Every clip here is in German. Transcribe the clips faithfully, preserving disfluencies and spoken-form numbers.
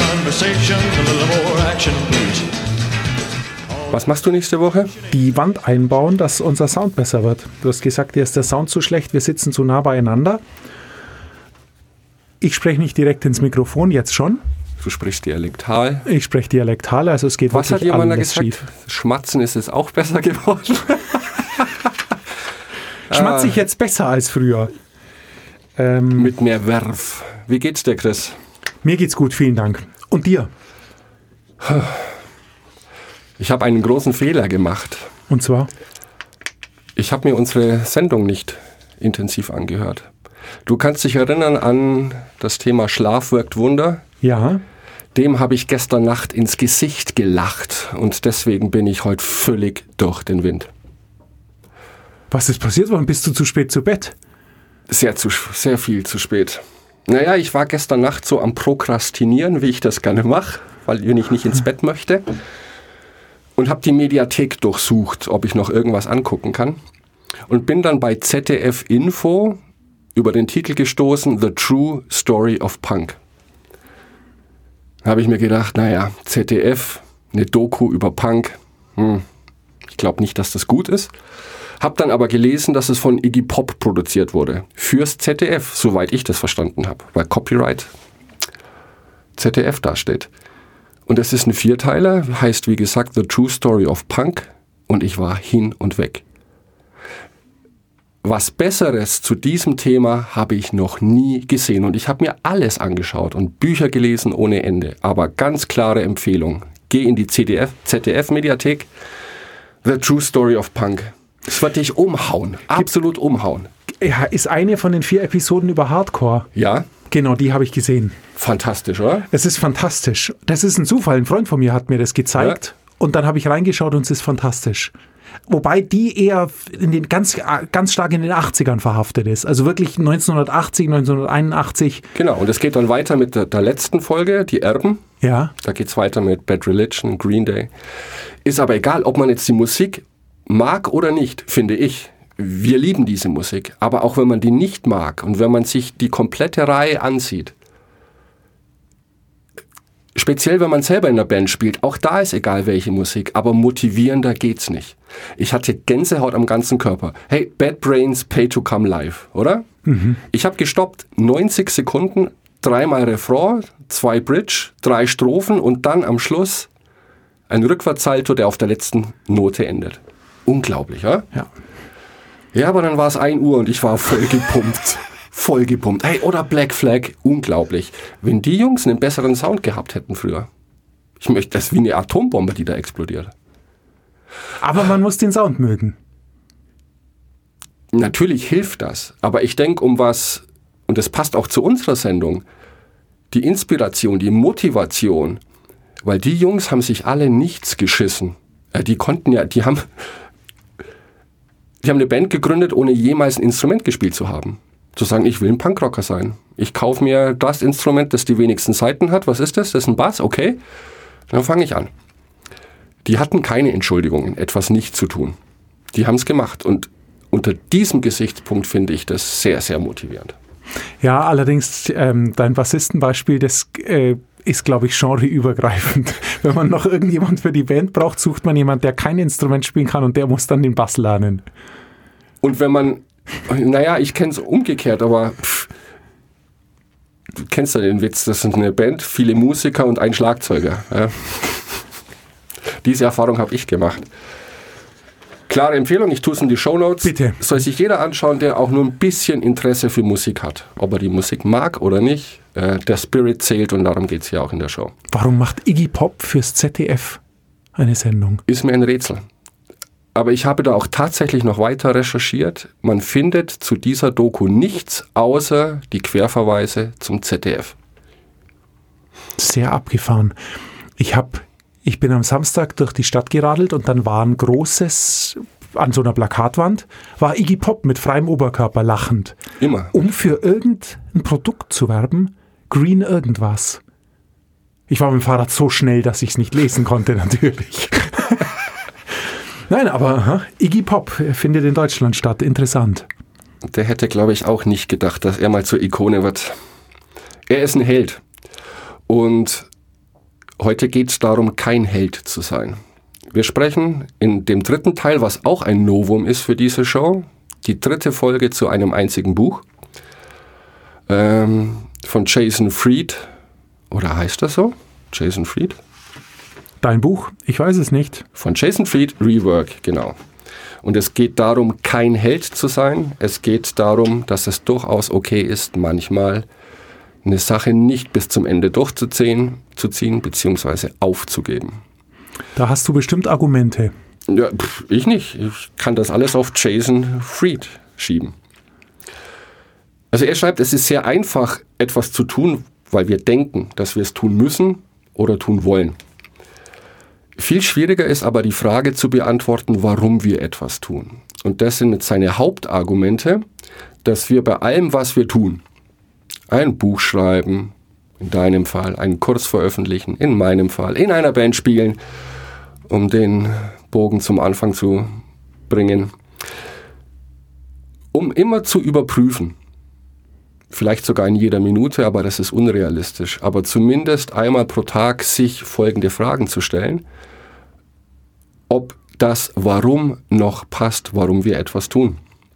conversation, a little more action, please. Was machst du nächste Woche? Die Wand einbauen, dass unser Sound besser wird. Du hast gesagt, dir ist der Sound zu schlecht, wir sitzen zu nah beieinander. Ich spreche nicht direkt ins Mikrofon, jetzt schon. Du sprichst dialektal. Ich spreche dialektal, also es geht Was wirklich hat jemand da alles gesagt? schief. Schmatzen ist es auch besser geworden. Schmatze ich jetzt besser als früher? Ähm, Mit mehr Werf. Wie geht's dir, Chris? mir geht's gut, vielen Dank. Und dir? Ich habe einen großen Fehler gemacht. Und zwar? Ich habe mir unsere Sendung nicht intensiv angehört. Du kannst dich erinnern an das Thema Schlaf wirkt Wunder. Ja. Dem habe ich gestern Nacht ins Gesicht gelacht und deswegen bin ich heute völlig durch den Wind. Was ist passiert? Warum bist du zu spät zu Bett? Sehr, zu, sehr viel zu spät. Naja, ich war gestern Nacht so am Prokrastinieren, wie ich das gerne mache, weil ich nicht ins Bett möchte. Und habe die Mediathek durchsucht, ob ich noch irgendwas angucken kann. Und bin dann bei Z D F Info über den Titel gestoßen, The True Story of Punk. Da habe ich mir gedacht, naja, Z D F, eine Doku über Punk, hm, ich glaube nicht, dass das gut ist. Hab dann aber gelesen, dass es von Iggy Pop produziert wurde. Fürs Z D F, soweit ich das verstanden habe. Weil Copyright Z D F dasteht. Und es ist ein Vierteiler, heißt wie gesagt The True Story of Punk. Und ich war hin und weg. Was Besseres zu diesem Thema habe ich noch nie gesehen. Und ich habe mir alles angeschaut und Bücher gelesen ohne Ende. Aber ganz klare Empfehlung. Geh in die Z D F-Mediathek. The True Story of Punk. Das wird dich umhauen. Absolut umhauen. Ja, ist eine von den vier Episoden über Hardcore. Ja? Genau, die habe ich gesehen. Fantastisch, oder? Es ist fantastisch. Das ist ein Zufall. Ein Freund von mir hat mir das gezeigt. Ja. Und dann habe ich reingeschaut und es ist fantastisch. Wobei die eher in den ganz, ganz stark in den achtzigern verhaftet ist. Also wirklich neunzehnhundertachtzig, neunzehnhunderteinundachtzig. Genau, und es geht dann weiter mit der, der letzten Folge, die Erben. Ja. Da geht es weiter mit Bad Religion, Green Day. Ist aber egal, ob man jetzt die Musik mag oder nicht, finde ich. Wir lieben diese Musik. Aber auch wenn man die nicht mag und wenn man sich die komplette Reihe ansieht, speziell wenn man selber in der Band spielt, auch da ist egal welche Musik, aber motivierender geht's nicht. Ich hatte Gänsehaut am ganzen Körper. Hey, Bad Brains, Pay to Come Live, oder? Mhm. Ich habe gestoppt, neunzig Sekunden, dreimal Refrain, zwei Bridge, drei Strophen und dann am Schluss ein Rückwärtssalto, der auf der letzten Note endet. Unglaublich, ja? Ja. Ja, aber dann war es ein Uhr und ich war voll gepumpt. Voll gepumpt. Hey, oder Black Flag, unglaublich. Wenn die Jungs einen besseren Sound gehabt hätten früher. Ich möchte, das ist wie eine Atombombe, die da explodiert. Aber man muss den Sound mögen. Natürlich hilft das. Aber ich denke, um was, und das passt auch zu unserer Sendung, die Inspiration, die Motivation, weil die Jungs haben sich alle nichts geschissen. Die konnten ja, die haben, die haben eine Band gegründet, ohne jemals ein Instrument gespielt zu haben. Zu sagen, ich will ein Punkrocker sein. Ich kaufe mir das Instrument, das die wenigsten Saiten hat. Was ist das? Das ist ein Bass? Okay. Dann fange ich an. Die hatten keine Entschuldigungen, etwas nicht zu tun. Die haben es gemacht. Und unter diesem Gesichtspunkt finde ich das sehr, sehr motivierend. Ja, allerdings ähm, dein Bassistenbeispiel, das äh, ist, glaube ich, genreübergreifend. Wenn man noch irgendjemand für die Band braucht, sucht man jemanden, der kein Instrument spielen kann und der muss dann den Bass lernen. Und wenn man, naja, ich kenne es umgekehrt, aber pff, du kennst ja den Witz, das sind eine Band, viele Musiker und ein Schlagzeuger. Ja. Diese Erfahrung habe ich gemacht. Klare Empfehlung, ich tue es in die Shownotes. Bitte. Soll sich jeder anschauen, der auch nur ein bisschen Interesse für Musik hat. Ob er die Musik mag oder nicht, äh, der Spirit zählt und darum geht es ja auch in der Show. Warum macht Iggy Pop fürs Z D F eine Sendung? Ist mir ein Rätsel. Aber ich habe da auch tatsächlich noch weiter recherchiert. Man findet zu dieser Doku nichts außer die Querverweise zum Z D F. Sehr abgefahren. Ich habe Ich bin am Samstag durch die Stadt geradelt und dann war ein großes, an so einer Plakatwand, war Iggy Pop mit freiem Oberkörper lachend. Immer. Um für irgendein Produkt zu werben, Green irgendwas. Ich war mit dem Fahrrad so schnell, dass ich es nicht lesen konnte, natürlich. Nein, aber ha, Iggy Pop findet in Deutschland statt. Interessant. Der hätte, glaube ich, auch nicht gedacht, dass er mal zur Ikone wird. Er ist ein Held. Und Heute geht es darum, kein Held zu sein. Wir sprechen in dem dritten Teil, was auch ein Novum ist für diese Show, die dritte Folge zu einem einzigen Buch ähm, von Jason Fried. Oder heißt das so? Jason Fried? Dein Buch? Ich weiß es nicht. Von Jason Fried, Rework, genau. Und es geht darum, kein Held zu sein. Es geht darum, dass es durchaus okay ist, manchmal eine Sache nicht bis zum Ende durchzuziehen, zu ziehen, beziehungsweise aufzugeben. Da hast du bestimmt Argumente. Ja, pff, ich nicht. Ich kann das alles auf Jason Fried schieben. Also er schreibt, es ist sehr einfach, etwas zu tun, weil wir denken, dass wir es tun müssen oder tun wollen. Viel schwieriger ist aber die Frage zu beantworten, warum wir etwas tun. Und das sind jetzt seine Hauptargumente, dass wir bei allem, was wir tun, ein Buch schreiben, in deinem Fall einen Kurs veröffentlichen, in meinem Fall in einer Band spielen, um den Bogen zum Anfang zu bringen, um immer zu überprüfen, vielleicht sogar in jeder Minute, aber das ist unrealistisch, aber zumindest einmal pro Tag sich folgende Fragen zu stellen, ob das Warum noch passt, warum wir etwas tun.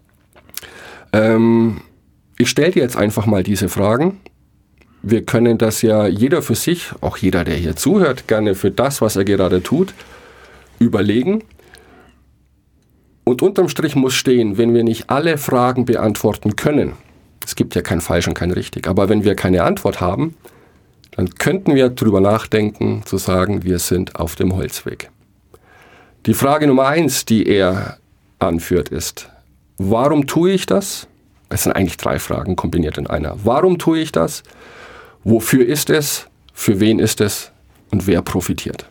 Ähm, ich stelle dir jetzt einfach mal diese Fragen. Wir können das ja jeder für sich, auch jeder, der hier zuhört, gerne für das, was er gerade tut, überlegen. Und unterm Strich muss stehen, wenn wir nicht alle Fragen beantworten können, es gibt ja kein Falsch und kein Richtig, aber wenn wir keine Antwort haben, dann könnten wir drüber nachdenken, zu sagen, wir sind auf dem Holzweg. Die Frage Nummer eins, die er anführt, ist, warum tue ich das? Es sind eigentlich drei Fragen kombiniert in einer. Warum tue ich das? Wofür ist es? Für wen ist es? Und wer profitiert?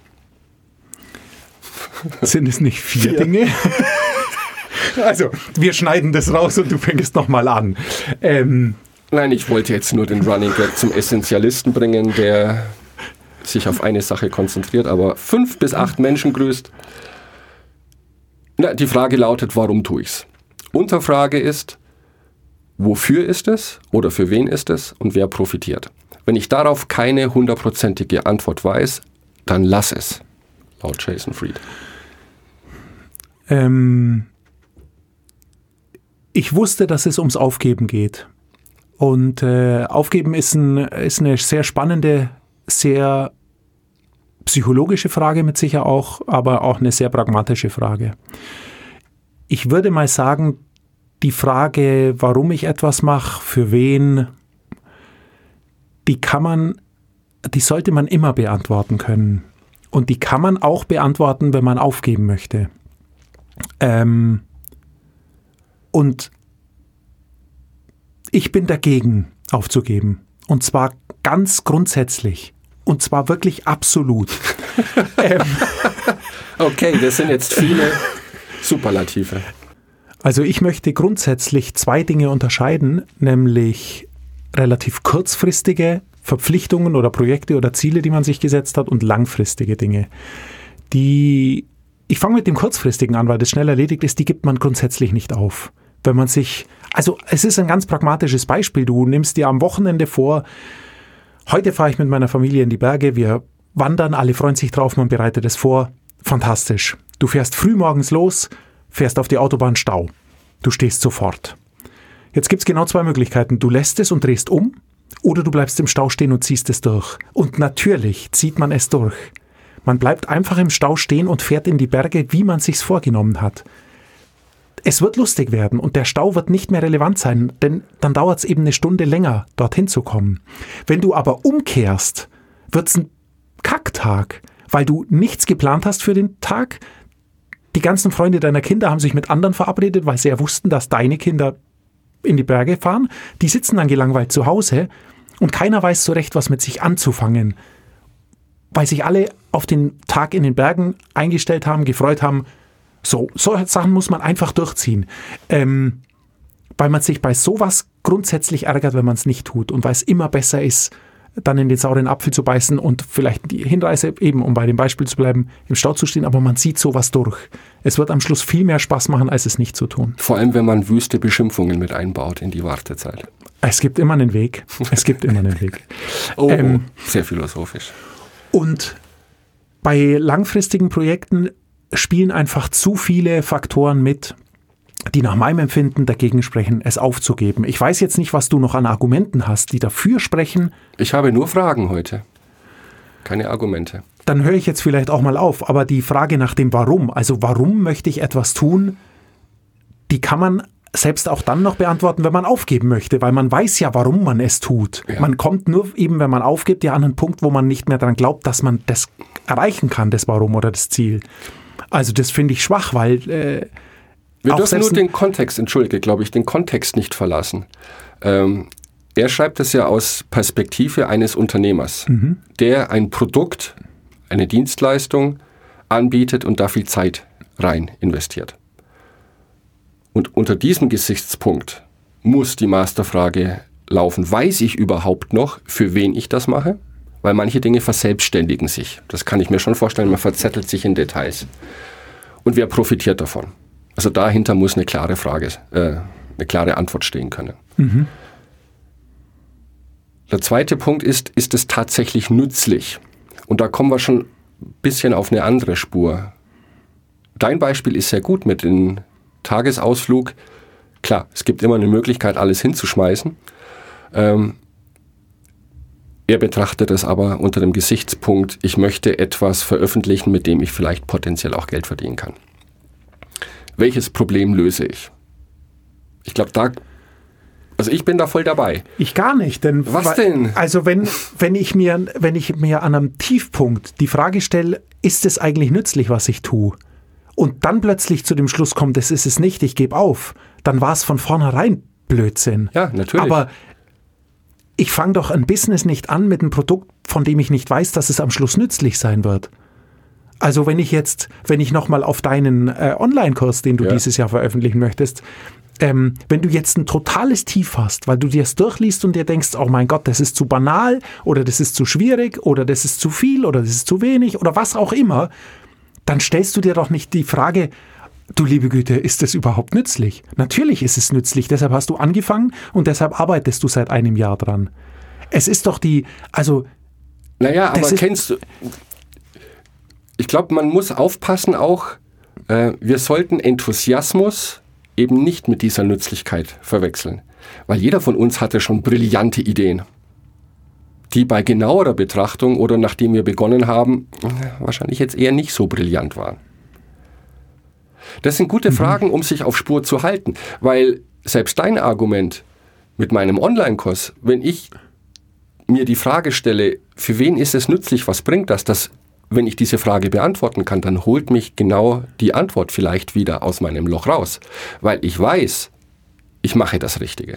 Sind es nicht vier, vier. Dinge? Also, wir schneiden das raus und du fängst nochmal an. Ähm, Nein, ich wollte jetzt nur den Running Gag zum Essentialisten bringen, der sich auf eine Sache konzentriert, aber fünf bis acht Menschen grüßt. Na, die Frage lautet, warum tue ich's? Unterfrage ist, wofür ist es oder für wen ist es und wer profitiert? Wenn ich darauf keine hundertprozentige Antwort weiß, dann lass es, laut Jason Fried. Ähm, ich wusste, dass es ums Aufgeben geht. Und äh, Aufgeben ist, ein, ist eine sehr spannende, sehr psychologische Frage mit sicher auch, aber auch eine sehr pragmatische Frage. Ich würde mal sagen, die Frage, warum ich etwas mache, für wen, die kann man, die sollte man immer beantworten können. Und die kann man auch beantworten, wenn man aufgeben möchte. Ähm, und ich bin dagegen, aufzugeben. Und zwar ganz grundsätzlich. Und zwar wirklich absolut. ähm, okay, das sind jetzt viele Superlative. Also ich möchte grundsätzlich zwei Dinge unterscheiden, nämlich relativ kurzfristige Verpflichtungen oder Projekte oder Ziele, die man sich gesetzt hat, und langfristige Dinge. Die, ich fange mit dem kurzfristigen an, weil das schnell erledigt ist, die gibt man grundsätzlich nicht auf. Wenn man sich, also es ist ein ganz pragmatisches Beispiel, du nimmst dir am Wochenende vor, heute fahre ich mit meiner Familie in die Berge, wir wandern, alle freuen sich drauf, man bereitet es vor, fantastisch. Du fährst früh morgens los, fährst auf die Autobahn, Stau. Du stehst sofort. Jetzt gibt es genau zwei Möglichkeiten. Du lässt es und drehst um oder du bleibst im Stau stehen und ziehst es durch. Und natürlich zieht man es durch. Man bleibt einfach im Stau stehen und fährt in die Berge, wie man sich's vorgenommen hat. Es wird lustig werden und der Stau wird nicht mehr relevant sein, denn dann dauert es eben eine Stunde länger, dorthin zu kommen. Wenn du aber umkehrst, wird es ein Kacktag, weil du nichts geplant hast für den Tag. Die ganzen Freunde deiner Kinder haben sich mit anderen verabredet, weil sie ja wussten, dass deine Kinder in die Berge fahren. Die sitzen dann gelangweilt zu Hause und keiner weiß so recht, was mit sich anzufangen, weil sich alle auf den Tag in den Bergen eingestellt haben, gefreut haben. So, solche Sachen muss man einfach durchziehen, ähm, weil man sich bei sowas grundsätzlich ärgert, wenn man es nicht tut und weil es immer besser ist, dann in den sauren Apfel zu beißen und vielleicht die Hinreise eben, um bei dem Beispiel zu bleiben, im Stau zu stehen, aber man zieht sowas durch. Es wird am Schluss viel mehr Spaß machen, als es nicht zu tun. Vor allem, wenn man wüste Beschimpfungen mit einbaut in die Wartezeit. Es gibt immer einen Weg. Es gibt immer einen Weg. Oh, ähm, sehr philosophisch. Und bei langfristigen Projekten spielen einfach zu viele Faktoren mit, die nach meinem Empfinden dagegen sprechen, es aufzugeben. Ich weiß jetzt nicht, was du noch an Argumenten hast, die dafür sprechen. Ich habe nur Fragen heute, keine Argumente. Dann höre ich jetzt vielleicht auch mal auf, aber die Frage nach dem Warum, also warum möchte ich etwas tun, die kann man selbst auch dann noch beantworten, wenn man aufgeben möchte, weil man weiß ja, warum man es tut. Ja. Man kommt nur eben, wenn man aufgibt, ja an einen Punkt, wo man nicht mehr daran glaubt, dass man das erreichen kann, das Warum oder das Ziel. Also das finde ich schwach, weil äh, wir dürfen nur den Kontext, entschuldige, glaube ich, den Kontext nicht verlassen. Ähm, er schreibt es ja aus Perspektive eines Unternehmers, mhm. der ein Produkt, eine Dienstleistung anbietet und da viel Zeit rein investiert. Und unter diesem Gesichtspunkt muss die Masterfrage laufen, weiß ich überhaupt noch, für wen ich das mache? Weil manche Dinge verselbstständigen sich. Das kann ich mir schon vorstellen, man verzettelt sich in Details. Und wer profitiert davon? Also dahinter muss eine klare Frage, äh, eine klare Antwort stehen können. Mhm. Der zweite Punkt ist, ist es tatsächlich nützlich? Und da kommen wir schon ein bisschen auf eine andere Spur. Dein Beispiel ist sehr gut mit dem Tagesausflug. Klar, es gibt immer eine Möglichkeit, alles hinzuschmeißen. Ähm, er betrachtet es aber unter dem Gesichtspunkt, ich möchte etwas veröffentlichen, mit dem ich vielleicht potenziell auch Geld verdienen kann. Welches Problem löse ich? Ich glaube, da, also ich bin da voll dabei. Ich gar nicht, denn was weil, denn? Also wenn, wenn ich mir, wenn ich mir an einem Tiefpunkt die Frage stelle, ist es eigentlich nützlich, was ich tue? Und dann plötzlich zu dem Schluss kommt, das ist es nicht, ich gebe auf, dann war es von vornherein Blödsinn. Ja, natürlich. Aber ich fange doch ein Business nicht an mit einem Produkt, von dem ich nicht weiß, dass es am Schluss nützlich sein wird. Also wenn ich jetzt, wenn ich nochmal auf deinen äh, Online-Kurs, den du ja. dieses Jahr veröffentlichen möchtest, ähm, wenn du jetzt ein totales Tief hast, weil du dir es durchliest und dir denkst, oh mein Gott, das ist zu banal oder das ist zu schwierig oder das ist zu viel oder das ist zu wenig oder was auch immer, dann stellst du dir doch nicht die Frage, du liebe Güte, ist das überhaupt nützlich? Natürlich ist es nützlich, deshalb hast du angefangen und deshalb arbeitest du seit einem Jahr dran. Es ist doch die, also... Naja, aber kennst du... Ich glaube, man muss aufpassen auch, äh, wir sollten Enthusiasmus eben nicht mit dieser Nützlichkeit verwechseln. Weil jeder von uns hatte schon brillante Ideen, die bei genauerer Betrachtung oder nachdem wir begonnen haben, wahrscheinlich jetzt eher nicht so brillant waren. Das sind gute mhm. Fragen, um sich auf Spur zu halten, weil selbst dein Argument mit meinem Online-Kurs, wenn ich mir die Frage stelle, für wen ist es nützlich, was bringt das, das wenn ich diese Frage beantworten kann, dann holt mich genau die Antwort vielleicht wieder aus meinem Loch raus, weil ich weiß, ich mache das Richtige.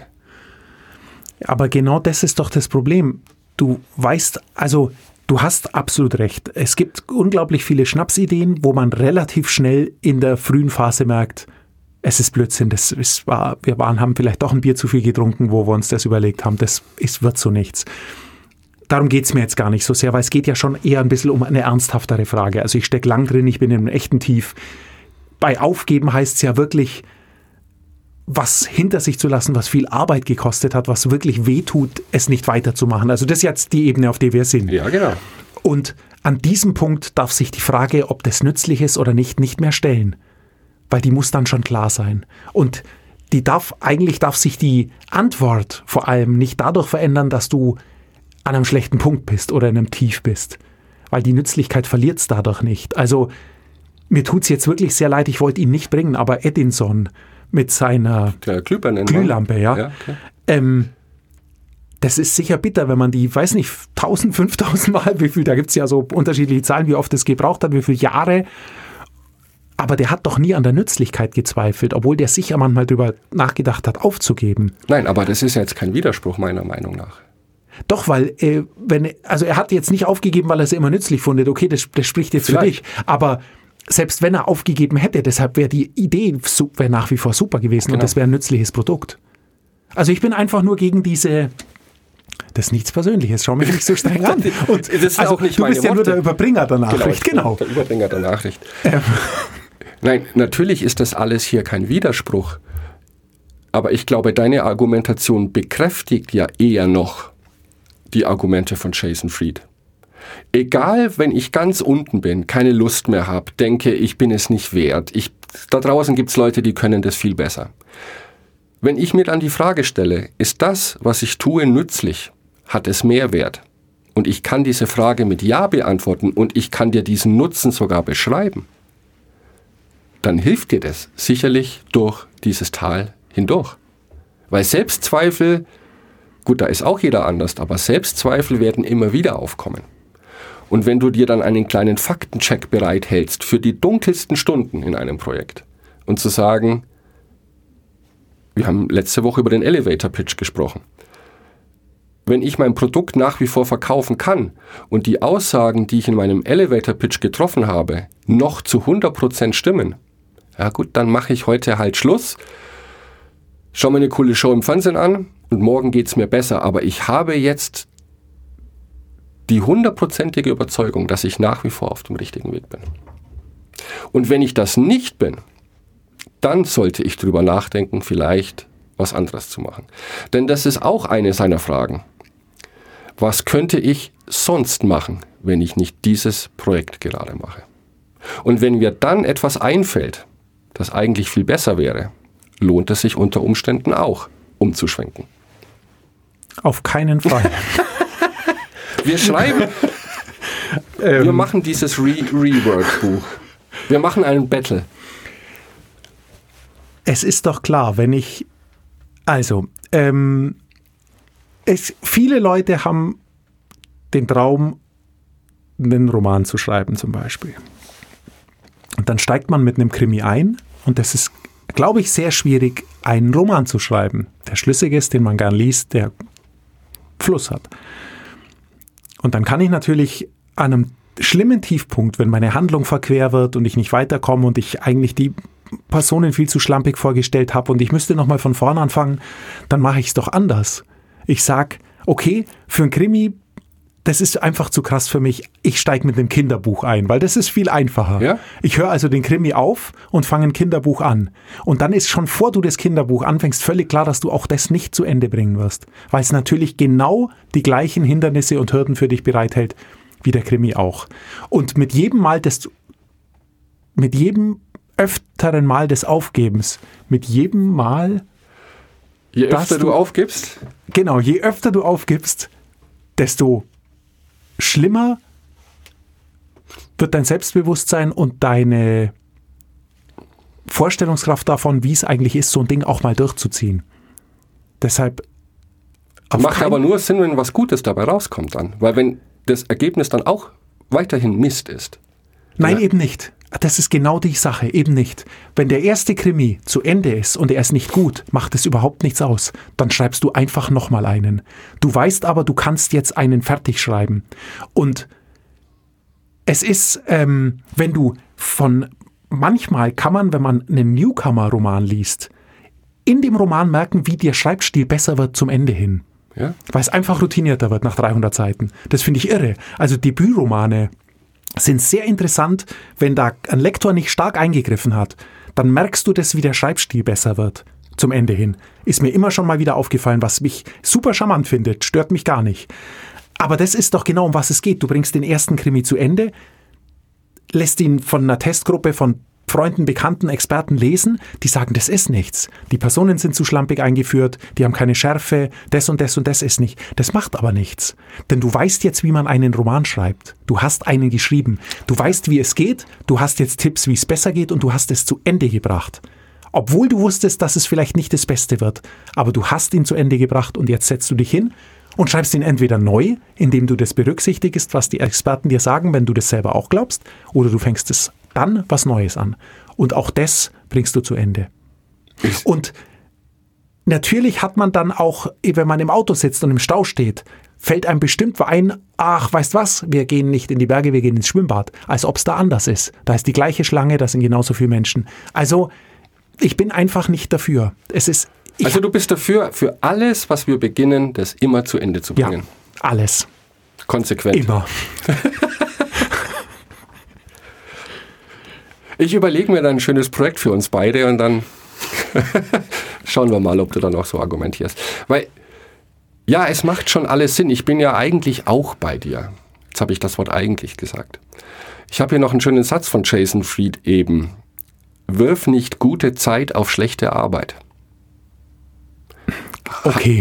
Aber genau das ist doch das Problem. Du weißt, also du hast absolut recht. Es gibt unglaublich viele Schnapsideen, wo man relativ schnell in der frühen Phase merkt, es ist Blödsinn, das ist, war, wir waren, haben vielleicht doch ein Bier zu viel getrunken, wo wir uns das überlegt haben, das ist, wird so nichts. Darum geht es mir jetzt gar nicht so sehr, weil es geht ja schon eher ein bisschen um eine ernsthaftere Frage. Also ich stecke lang drin, ich bin in einem echten Tief. Bei Aufgeben heißt es ja wirklich, was hinter sich zu lassen, was viel Arbeit gekostet hat, was wirklich wehtut, es nicht weiterzumachen. Also das ist jetzt die Ebene, auf der wir sind. Ja, genau. Und an diesem Punkt darf sich die Frage, ob das nützlich ist oder nicht, nicht mehr stellen. Weil die muss dann schon klar sein. Und die darf, eigentlich darf sich die Antwort vor allem nicht dadurch verändern, dass du an einem schlechten Punkt bist oder in einem Tief bist. Weil die Nützlichkeit verliert es dadurch nicht. Also mir tut es jetzt wirklich sehr leid, ich wollte ihn nicht bringen, aber Edinson mit seiner Glühlampe, ja, ja okay. ähm, das ist sicher bitter, wenn man die, weiß nicht, tausend, fünftausend Mal, wie viel, da gibt es ja so unterschiedliche Zahlen, wie oft es gebraucht hat, wie viele Jahre, aber der hat doch nie an der Nützlichkeit gezweifelt, obwohl der sicher manchmal darüber nachgedacht hat, aufzugeben. Nein, aber das ist ja jetzt kein Widerspruch meiner Meinung nach. Doch, weil, äh, wenn, also er hat jetzt nicht aufgegeben, weil er es immer nützlich findet. Okay, das, das spricht jetzt Vielleicht. für dich. Aber selbst wenn er aufgegeben hätte, deshalb wäre die Idee wär nach wie vor super gewesen genau. Und das wäre ein nützliches Produkt. Also ich bin einfach nur gegen diese, das ist nichts Persönliches, schau mich nicht so streng an. Und, das ist also, auch nicht du meine bist ja Worte. nur der Überbringer der Nachricht. Genau, der Überbringer der Nachricht. Ähm. Nein, natürlich ist das alles hier kein Widerspruch. Aber ich glaube, deine Argumentation bekräftigt ja eher noch die Argumente von Jason Fried. Egal, wenn ich ganz unten bin, keine Lust mehr habe, denke, ich bin es nicht wert. Ich, da draußen gibt es Leute, die können das viel besser. Wenn ich mir dann die Frage stelle, ist das, was ich tue, nützlich? Hat es Mehrwert? Und ich kann diese Frage mit Ja beantworten und ich kann dir diesen Nutzen sogar beschreiben. Dann hilft dir das sicherlich durch dieses Tal hindurch. Weil Selbstzweifel, gut, da ist auch jeder anders, aber Selbstzweifel werden immer wieder aufkommen. Und wenn du dir dann einen kleinen Faktencheck bereithältst für die dunkelsten Stunden in einem Projekt und zu sagen, wir haben letzte Woche über den Elevator Pitch gesprochen. Wenn ich mein Produkt nach wie vor verkaufen kann und die Aussagen, die ich in meinem Elevator Pitch getroffen habe, noch zu hundert Prozent stimmen, ja gut, dann mache ich heute halt Schluss, schau mir eine coole Show im Fernsehen an und morgen geht es mir besser. Aber ich habe jetzt die hundertprozentige Überzeugung, dass ich nach wie vor auf dem richtigen Weg bin. Und wenn ich das nicht bin, dann sollte ich drüber nachdenken, vielleicht was anderes zu machen. Denn das ist auch eine seiner Fragen. Was könnte ich sonst machen, wenn ich nicht dieses Projekt gerade mache? Und wenn mir dann etwas einfällt, das eigentlich viel besser wäre, lohnt es sich unter Umständen auch, umzuschwenken. Auf keinen Fall. Wir schreiben, ähm, wir machen dieses Re- Rework-Buch. Wir machen einen Battle. Es ist doch klar, wenn ich, also, ähm, es, viele Leute haben den Traum, einen Roman zu schreiben zum Beispiel. Und dann steigt man mit einem Krimi ein und das ist, glaube ich, sehr schwierig, einen Roman zu schreiben, der schlüssig ist, den man gern liest, der Fluss hat. Und dann kann ich natürlich an einem schlimmen Tiefpunkt, wenn meine Handlung verquer wird und ich nicht weiterkomme und ich eigentlich die Personen viel zu schlampig vorgestellt habe und ich müsste nochmal von vorne anfangen, dann mache ich es doch anders. Ich sage, okay, für ein Krimi, das ist einfach zu krass für mich, ich steige mit einem Kinderbuch ein, weil das ist viel einfacher. Ja? Ich höre also den Krimi auf und fange ein Kinderbuch an. Und dann ist schon, vor du das Kinderbuch anfängst, völlig klar, dass du auch das nicht zu Ende bringen wirst. Weil es natürlich genau die gleichen Hindernisse und Hürden für dich bereithält, wie der Krimi auch. Und mit jedem Mal des, mit jedem öfteren Mal des Aufgebens, mit jedem Mal, je öfter du, du aufgibst, genau, je öfter du aufgibst, desto schlimmer wird dein Selbstbewusstsein und deine Vorstellungskraft davon, wie es eigentlich ist, so ein Ding auch mal durchzuziehen. Deshalb macht aber nur Sinn, wenn was Gutes dabei rauskommt dann, weil wenn das Ergebnis dann auch weiterhin Mist ist. Nein, ja. eben nicht. Das ist genau die Sache, eben nicht. Wenn der erste Krimi zu Ende ist und er ist nicht gut, macht es überhaupt nichts aus. Dann schreibst du einfach nochmal einen. Du weißt aber, du kannst jetzt einen fertig schreiben. Und es ist, ähm, wenn du von, manchmal kann man, wenn man einen Newcomer-Roman liest, in dem Roman merken, wie der Schreibstil besser wird zum Ende hin. Ja? Weil es einfach routinierter wird nach dreihundert Seiten. Das finde ich irre. Also Debütromane sind sehr interessant, wenn da ein Lektor nicht stark eingegriffen hat. Dann merkst du das, wie der Schreibstil besser wird zum Ende hin. Ist mir immer schon mal wieder aufgefallen, was mich super charmant findet, stört mich gar nicht. Aber das ist doch genau, um was es geht. Du bringst den ersten Krimi zu Ende, lässt ihn von einer Testgruppe von Freunden, Bekannten, Experten lesen, die sagen, das ist nichts. Die Personen sind zu schlampig eingeführt, die haben keine Schärfe, das und das und das ist nicht. Das macht aber nichts. Denn du weißt jetzt, wie man einen Roman schreibt. Du hast einen geschrieben. Du weißt, wie es geht. Du hast jetzt Tipps, wie es besser geht und du hast es zu Ende gebracht. Obwohl du wusstest, dass es vielleicht nicht das Beste wird. Aber du hast ihn zu Ende gebracht und jetzt setzt du dich hin und schreibst ihn entweder neu, indem du das berücksichtigst, was die Experten dir sagen, wenn du das selber auch glaubst, oder du fängst es dann was Neues an. Und auch das bringst du zu Ende. Und natürlich hat man dann auch, wenn man im Auto sitzt und im Stau steht, fällt einem bestimmt ein, ach, weißt was, wir gehen nicht in die Berge, wir gehen ins Schwimmbad. Als ob es da anders ist. Da ist die gleiche Schlange, da sind genauso viele Menschen. Also, ich bin einfach nicht dafür. Es ist, also du bist dafür, für alles, was wir beginnen, das immer zu Ende zu bringen. Ja, alles. Konsequent. Immer. Ich überlege mir dann ein schönes Projekt für uns beide und dann schauen wir mal, ob du dann auch so argumentierst. Weil, ja, es macht schon alles Sinn. Ich bin ja eigentlich auch bei dir. Jetzt habe ich das Wort eigentlich gesagt. Ich habe hier noch einen schönen Satz von Jason Fried eben. Wirf nicht gute Zeit auf schlechte Arbeit. Okay.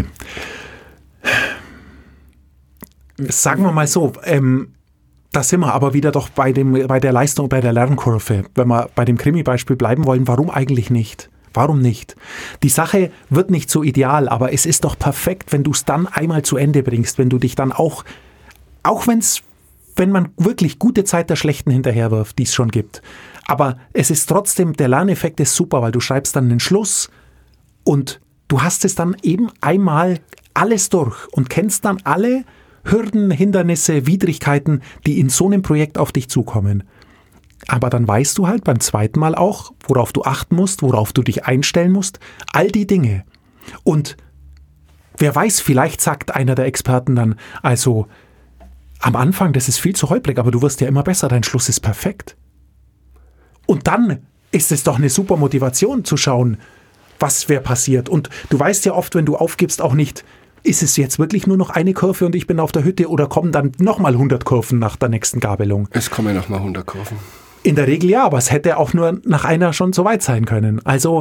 Sagen wir mal so, ähm, da sind wir aber wieder doch bei, dem, bei der Leistung, bei der Lernkurve. Wenn wir bei dem Krimi-Beispiel bleiben wollen, warum eigentlich nicht? Warum nicht? Die Sache wird nicht so ideal, aber es ist doch perfekt, wenn du es dann einmal zu Ende bringst, wenn du dich dann auch, auch wenn's, wenn man wirklich gute Zeit der Schlechten hinterherwirft, die es schon gibt. Aber es ist trotzdem, der Lerneffekt ist super, weil du schreibst dann den Schluss und du hast es dann eben einmal alles durch und kennst dann alle Hürden, Hindernisse, Widrigkeiten, die in so einem Projekt auf dich zukommen. Aber dann weißt du halt beim zweiten Mal auch, worauf du achten musst, worauf du dich einstellen musst, all die Dinge. Und wer weiß, vielleicht sagt einer der Experten dann, also am Anfang, das ist viel zu holprig, aber du wirst ja immer besser, dein Schluss ist perfekt. Und dann ist es doch eine super Motivation zu schauen, was wäre passiert. Und du weißt ja oft, wenn du aufgibst, auch nicht, ist es jetzt wirklich nur noch eine Kurve und ich bin auf der Hütte oder kommen dann nochmal hundert Kurven nach der nächsten Gabelung? Es kommen nochmal hundert Kurven. In der Regel ja, aber es hätte auch nur nach einer schon so weit sein können. Also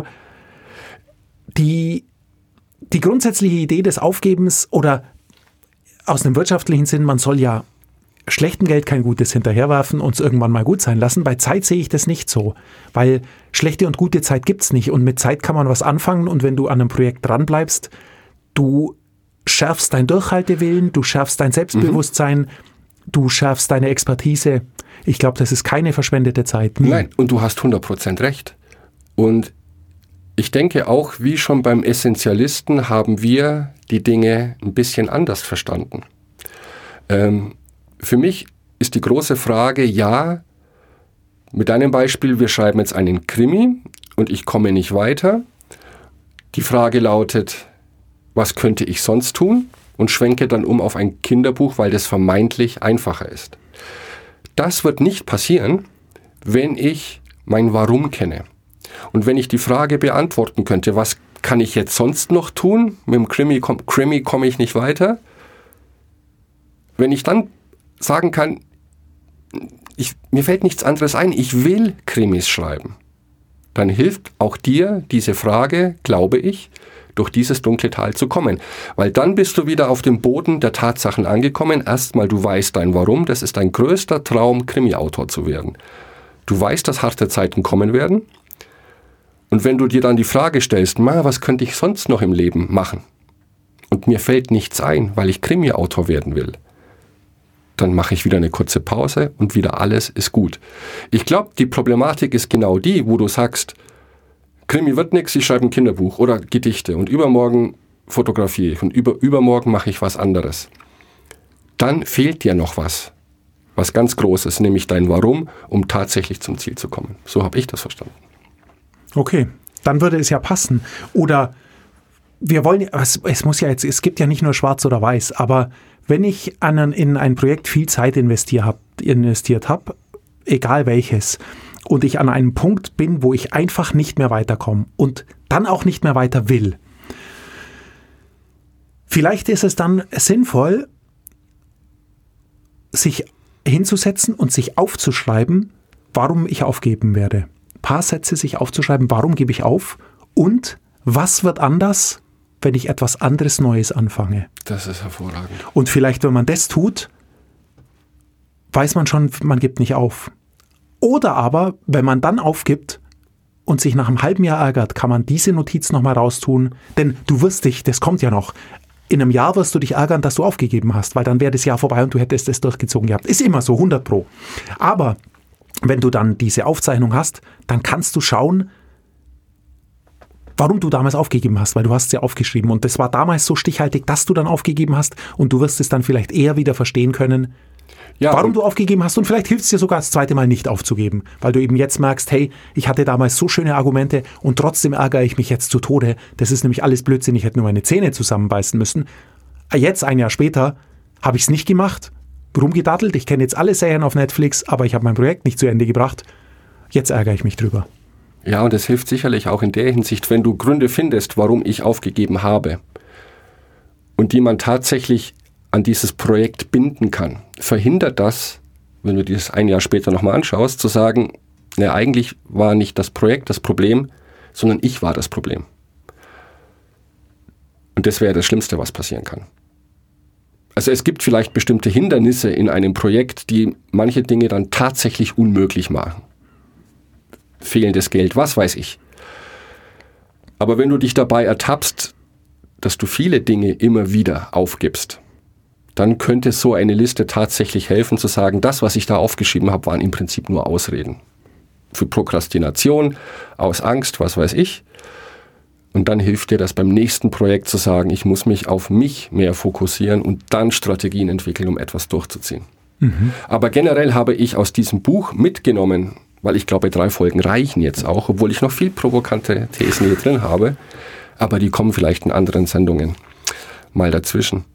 die, die grundsätzliche Idee des Aufgebens oder aus einem wirtschaftlichen Sinn, man soll ja schlechtem Geld kein Gutes hinterherwerfen und es irgendwann mal gut sein lassen. Bei Zeit sehe ich das nicht so, weil schlechte und gute Zeit gibt's nicht und mit Zeit kann man was anfangen und wenn du an einem Projekt dranbleibst, du schärfst dein Durchhaltewillen, du schärfst dein Selbstbewusstsein, mhm. du schärfst deine Expertise. Ich glaube, das ist keine verschwendete Zeit. Nie. Nein, und du hast hundert Prozent recht. Und ich denke auch, wie schon beim Essentialisten, haben wir die Dinge ein bisschen anders verstanden. Ähm, für mich ist die große Frage, ja, mit deinem Beispiel, wir schreiben jetzt einen Krimi und ich komme nicht weiter. Die Frage lautet, was könnte ich sonst tun? Und schwenke dann um auf ein Kinderbuch, weil das vermeintlich einfacher ist. Das wird nicht passieren, wenn ich mein Warum kenne. Und wenn ich die Frage beantworten könnte, was kann ich jetzt sonst noch tun? Mit dem Krimi, komm, Krimi komme ich nicht weiter. Wenn ich dann sagen kann, ich, mir fällt nichts anderes ein, ich will Krimis schreiben, dann hilft auch dir diese Frage, glaube ich, durch dieses dunkle Tal zu kommen. Weil dann bist du wieder auf dem Boden der Tatsachen angekommen. Erstmal, du weißt dein Warum. Das ist dein größter Traum, Krimi-Autor zu werden. Du weißt, dass harte Zeiten kommen werden. Und wenn du dir dann die Frage stellst, ma, was könnte ich sonst noch im Leben machen? Und mir fällt nichts ein, weil ich Krimi-Autor werden will. Dann mache ich wieder eine kurze Pause und wieder alles ist gut. Ich glaube, die Problematik ist genau die, wo du sagst, Krimi wird nichts, ich schreibe ein Kinderbuch oder Gedichte und übermorgen fotografiere ich und über, übermorgen mache ich was anderes. Dann fehlt dir noch was, was ganz Großes, nämlich dein Warum, um tatsächlich zum Ziel zu kommen. So habe ich das verstanden. Okay, dann würde es ja passen. Oder wir wollen, es, es muss ja jetzt, es gibt ja nicht nur schwarz oder weiß, aber wenn ich an ein, in ein Projekt viel Zeit investiert habe, investiert habe, egal welches, und ich an einem Punkt bin, wo ich einfach nicht mehr weiterkomme und dann auch nicht mehr weiter will. Vielleicht ist es dann sinnvoll, sich hinzusetzen und sich aufzuschreiben, warum ich aufgeben werde. Ein paar Sätze sich aufzuschreiben, warum gebe ich auf und was wird anders, wenn ich etwas anderes Neues anfange. Das ist hervorragend. Und vielleicht, wenn man das tut, weiß man schon, man gibt nicht auf. Oder aber, wenn man dann aufgibt und sich nach einem halben Jahr ärgert, kann man diese Notiz nochmal raustun. Denn du wirst dich, das kommt ja noch, in einem Jahr wirst du dich ärgern, dass du aufgegeben hast, weil dann wäre das Jahr vorbei und du hättest es durchgezogen gehabt. Ist immer so, hundert Pro. Aber wenn du dann diese Aufzeichnung hast, dann kannst du schauen, warum du damals aufgegeben hast, weil du hast es ja aufgeschrieben. Und das war damals so stichhaltig, dass du dann aufgegeben hast und du wirst es dann vielleicht eher wieder verstehen können, ja, warum du aufgegeben hast und vielleicht hilft es dir sogar das zweite Mal nicht aufzugeben, weil du eben jetzt merkst, hey, ich hatte damals so schöne Argumente und trotzdem ärgere ich mich jetzt zu Tode. Das ist nämlich alles Blödsinn, ich hätte nur meine Zähne zusammenbeißen müssen. Jetzt, ein Jahr später, habe ich es nicht gemacht, rumgedattelt, ich kenne jetzt alle Serien auf Netflix, aber ich habe mein Projekt nicht zu Ende gebracht. Jetzt ärgere ich mich drüber. Ja, und es hilft sicherlich auch in der Hinsicht, wenn du Gründe findest, warum ich aufgegeben habe und die man tatsächlich an dieses Projekt binden kann, verhindert das, wenn du dir das ein Jahr später nochmal anschaust, zu sagen, na, eigentlich war nicht das Projekt das Problem, sondern ich war das Problem. Und das wäre das Schlimmste, was passieren kann. Also es gibt vielleicht bestimmte Hindernisse in einem Projekt, die manche Dinge dann tatsächlich unmöglich machen. Fehlendes Geld, was weiß ich. Aber wenn du dich dabei ertappst, dass du viele Dinge immer wieder aufgibst, dann könnte so eine Liste tatsächlich helfen zu sagen, das, was ich da aufgeschrieben habe, waren im Prinzip nur Ausreden. Für Prokrastination, aus Angst, was weiß ich. Und dann hilft dir das beim nächsten Projekt zu sagen, ich muss mich auf mich mehr fokussieren und dann Strategien entwickeln, um etwas durchzuziehen. Mhm. Aber generell habe ich aus diesem Buch mitgenommen, weil ich glaube, drei Folgen reichen jetzt auch, obwohl ich noch viel provokante Thesen hier drin habe, aber die kommen vielleicht in anderen Sendungen mal dazwischen.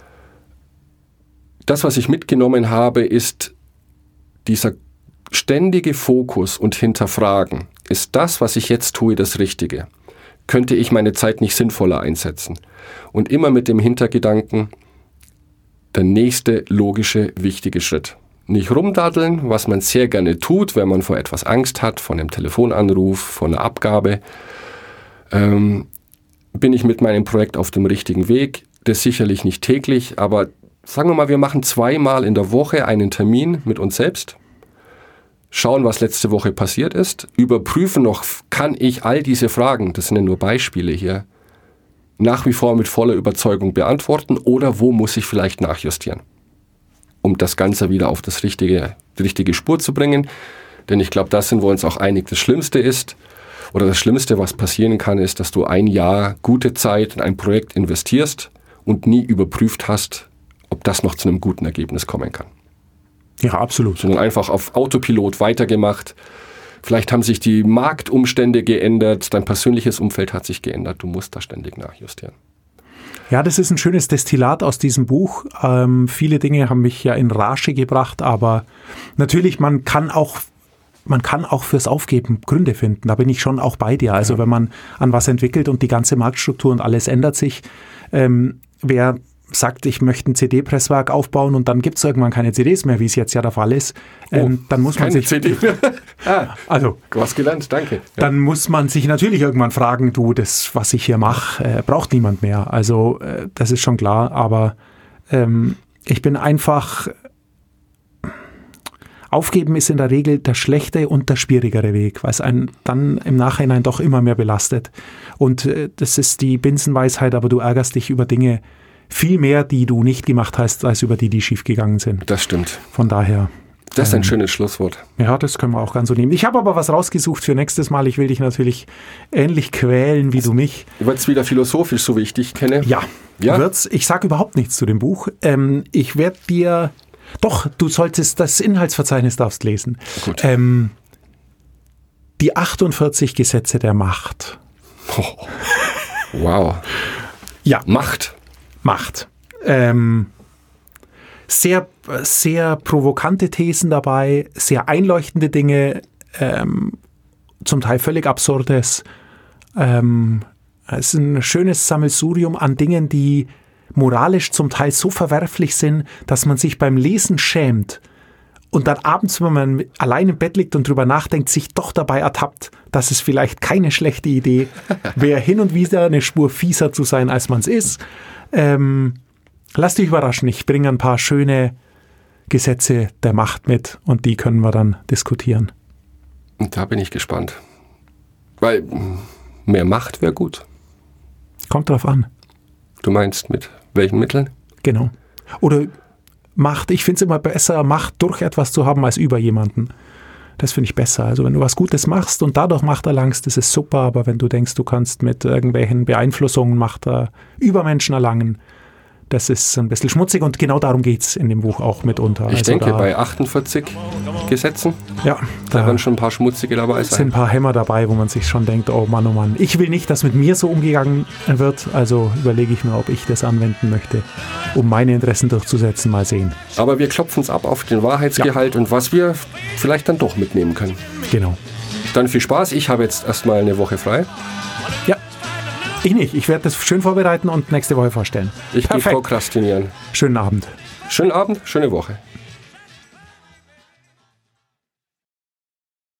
Das, was ich mitgenommen habe, ist dieser ständige Fokus und Hinterfragen. Ist das, was ich jetzt tue, das Richtige? Könnte ich meine Zeit nicht sinnvoller einsetzen? Und immer mit dem Hintergedanken, der nächste logische, wichtige Schritt. Nicht rumdaddeln, was man sehr gerne tut, wenn man vor etwas Angst hat, vor einem Telefonanruf, vor einer Abgabe. Ähm, bin ich mit meinem Projekt auf dem richtigen Weg? Das sicherlich nicht täglich, aber sagen wir mal, wir machen zweimal in der Woche einen Termin mit uns selbst. Schauen, was letzte Woche passiert ist, überprüfen noch, kann ich all diese Fragen, das sind ja nur Beispiele hier, nach wie vor mit voller Überzeugung beantworten oder wo muss ich vielleicht nachjustieren, um das Ganze wieder auf das richtige, die richtige Spur zu bringen. Denn ich glaube, da sind wir uns auch einig, das Schlimmste ist, oder das Schlimmste, was passieren kann, ist, dass du ein Jahr gute Zeit in ein Projekt investierst und nie überprüft hast, ob das noch zu einem guten Ergebnis kommen kann. Ja, absolut. Sondern einfach auf Autopilot weitergemacht. Vielleicht haben sich die Marktumstände geändert, dein persönliches Umfeld hat sich geändert, du musst da ständig nachjustieren. Ja, das ist ein schönes Destillat aus diesem Buch. Ähm, viele Dinge haben mich ja in Rage gebracht, aber natürlich, man kann auch man kann auch fürs Aufgeben Gründe finden. Da bin ich schon auch bei dir. Also ja. Wenn man an was entwickelt und die ganze Marktstruktur und alles ändert sich, ähm, wer sagt, ich möchte ein C D-Presswerk aufbauen und dann gibt es irgendwann keine C Ds mehr, wie es jetzt ja der Fall ist, ähm, oh, dann muss man sich... C D ah, also, du hast gelernt, danke. Ja. Dann muss man sich natürlich irgendwann fragen, du, das, was ich hier mache, äh, braucht niemand mehr. Also äh, das ist schon klar, aber ähm, ich bin einfach... Aufgeben ist in der Regel der schlechte und der schwierigere Weg, weil es einen dann im Nachhinein doch immer mehr belastet. Und äh, das ist die Binsenweisheit, aber du ärgerst dich über Dinge, viel mehr, die du nicht gemacht hast, als über die, die schiefgegangen sind. Das stimmt. Von daher. Das ist ein ähm, schönes Schlusswort. Ja, das können wir auch ganz so nehmen. Ich habe aber was rausgesucht für nächstes Mal. Ich will dich natürlich ähnlich quälen, wie also, du mich. Wird es wieder philosophisch, so wie ich dich kenne? Ja, ja? Wird's. Ich sage überhaupt nichts zu dem Buch. Ähm, ich werde dir, doch, du solltest das Inhaltsverzeichnis darfst lesen. Gut. Ähm, die achtundvierzig Gesetze der Macht. Oh. Wow. Ja. Macht. Macht. Ähm, sehr, sehr provokante Thesen dabei, sehr einleuchtende Dinge, ähm, zum Teil völlig Absurdes. Ähm, es ist ein schönes Sammelsurium an Dingen, die moralisch zum Teil so verwerflich sind, dass man sich beim Lesen schämt und dann abends, wenn man allein im Bett liegt und drüber nachdenkt, sich doch dabei ertappt, dass es vielleicht keine schlechte Idee wäre, hin und wieder eine Spur fieser zu sein, als man es ist. Ähm, lass dich überraschen, ich bringe ein paar schöne Gesetze der Macht mit und die können wir dann diskutieren. Und da bin ich gespannt. Weil mehr Macht wäre gut. Kommt drauf an. Du meinst mit welchen Mitteln? Genau. Oder Macht, ich finde es immer besser, Macht durch etwas zu haben als über jemanden. Das finde ich besser. Also wenn du was Gutes machst und dadurch Macht erlangst, das ist super, aber wenn du denkst, du kannst mit irgendwelchen Beeinflussungen Macht äh, über Menschen erlangen, das ist ein bisschen schmutzig und genau darum geht es in dem Buch auch mitunter. Ich also denke, bei achtundvierzig Gesetzen, ja, da werden schon ein paar schmutzige dabei sein. sind ein paar Hämmer dabei, wo man sich schon denkt, oh Mann, oh Mann, ich will nicht, dass mit mir so umgegangen wird, also überlege ich mir, ob ich das anwenden möchte, um meine Interessen durchzusetzen, mal sehen. Aber wir klopfen es ab auf den Wahrheitsgehalt ja. und was wir vielleicht dann doch mitnehmen können. Genau. Dann viel Spaß, ich habe jetzt erstmal eine Woche frei. Ja. Ich nicht. Ich werde das schön vorbereiten und nächste Woche vorstellen. Ich gehe Perfekt. prokrastinieren. Schönen Abend. Schönen Abend, schöne Woche.